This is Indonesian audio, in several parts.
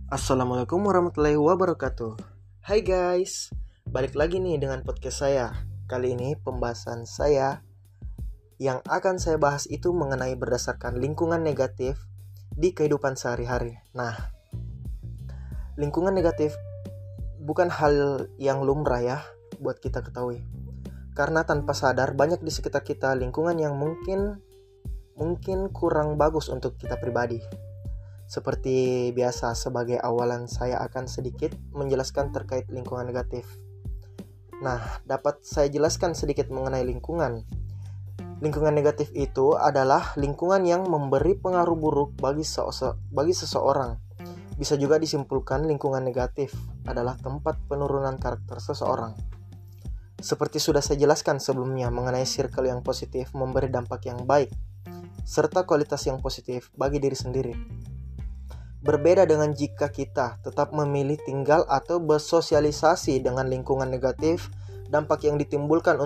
Assalamualaikum warahmatullahi wabarakatuh. Hai guys, balik lagi nih dengan podcast saya. Kali ini pembahasan saya yang akan saya bahas itu mengenai berdasarkan lingkungan negatif di kehidupan sehari-hari. Nah, lingkungan negatif bukan hal yang lumrah ya buat kita ketahui. Karena tanpa sadar banyak di sekitar kita lingkungan yang mungkin kurang bagus untuk kita pribadi. Seperti biasa, sebagai awalan saya akan sedikit menjelaskan terkait lingkungan negatif. Nah, dapat saya jelaskan sedikit mengenai lingkungan. Lingkungan negatif itu adalah lingkungan yang memberi pengaruh buruk bagi seseorang. Bisa juga disimpulkan lingkungan negatif adalah tempat penurunan karakter seseorang. Seperti sudah saya jelaskan sebelumnya mengenai circle yang positif memberi dampak yang baik, serta kualitas yang positif bagi diri sendiri. Berbeda dengan jika kita tetap memilih tinggal atau bersosialisasi dengan lingkungan negatif, dampak yang ditimbulkan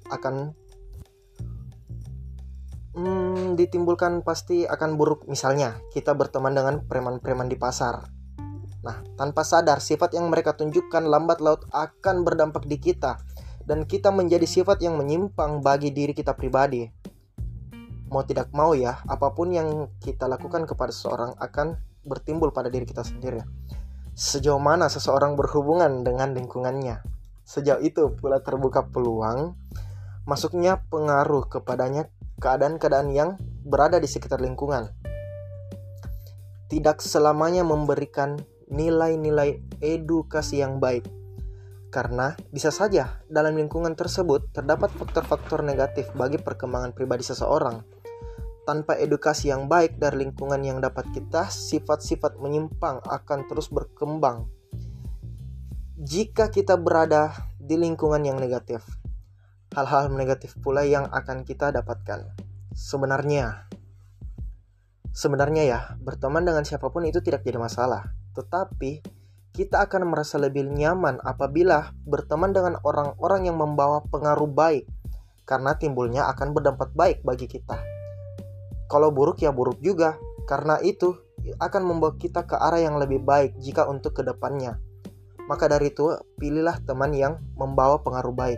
pasti akan buruk. Misalnya, kita berteman dengan preman-preman di pasar. Nah, tanpa sadar, sifat yang mereka tunjukkan lambat laun akan berdampak di kita, dan kita menjadi sifat yang menyimpang bagi diri kita pribadi. Mau tidak mau ya, apapun yang kita lakukan kepada seseorang akan bertimbul pada diri kita sendiri. Sejauh mana seseorang berhubungan dengan lingkungannya, sejauh itu pula terbuka peluang masuknya pengaruh kepadanya keadaan-keadaan yang berada di sekitar lingkungan. Tidak selamanya memberikan nilai-nilai edukasi yang baik, karena bisa saja dalam lingkungan tersebut terdapat faktor-faktor negatif bagi perkembangan pribadi seseorang. Tanpa edukasi yang baik dari lingkungan yang dapat kita, sifat-sifat menyimpang akan terus berkembang. Jika kita berada di lingkungan yang negatif, hal-hal negatif pula yang akan kita dapatkan. Sebenarnya ya, berteman dengan siapapun itu tidak jadi masalah. Tetapi, kita akan merasa lebih nyaman apabila berteman dengan orang-orang yang membawa pengaruh baik, karena timbulnya akan berdampak baik bagi kita. Kalau buruk ya buruk juga, karena itu akan membawa kita ke arah yang lebih baik jika untuk kedepannya. Maka dari itu, pilihlah teman yang membawa pengaruh baik.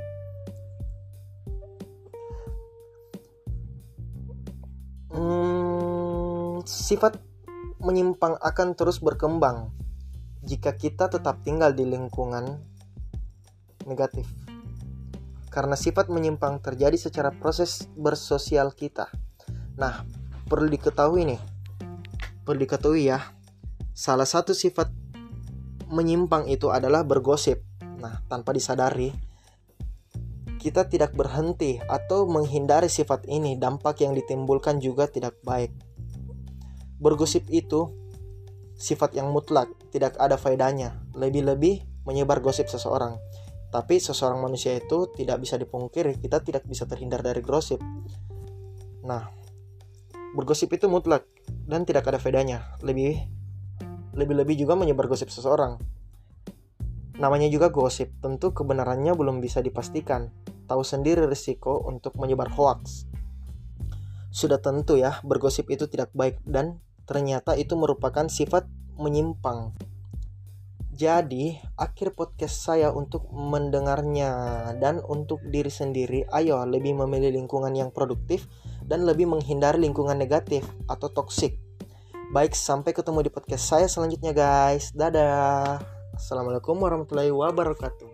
Sifat menyimpang akan terus berkembang jika kita tetap tinggal di lingkungan negatif. Karena sifat menyimpang terjadi secara proses bersosial kita. Nah, perlu diketahui ya, salah satu sifat menyimpang itu adalah bergosip. Nah, tanpa disadari, kita tidak berhenti atau menghindari sifat ini, dampak yang ditimbulkan juga tidak baik. Bergosip itu sifat yang mutlak, tidak ada faedahnya, lebih-lebih menyebar gosip seseorang. Tapi seseorang manusia itu tidak bisa dipungkiri, kita tidak bisa terhindar dari gosip. Nah, bergosip itu mutlak dan tidak ada faedahnya. Lebih-lebih juga menyebar gosip seseorang. Namanya juga gosip, tentu kebenarannya belum bisa dipastikan. Tahu sendiri risiko untuk menyebar hoaks. Sudah tentu ya, bergosip itu tidak baik dan ternyata itu merupakan sifat menyimpang. Jadi, akhir podcast saya untuk mendengarnya dan untuk diri sendiri, ayo lebih memilih lingkungan yang produktif dan lebih menghindari lingkungan negatif atau toksik. Baik, sampai ketemu di podcast saya selanjutnya guys. Dadah. Assalamualaikum warahmatullahi wabarakatuh.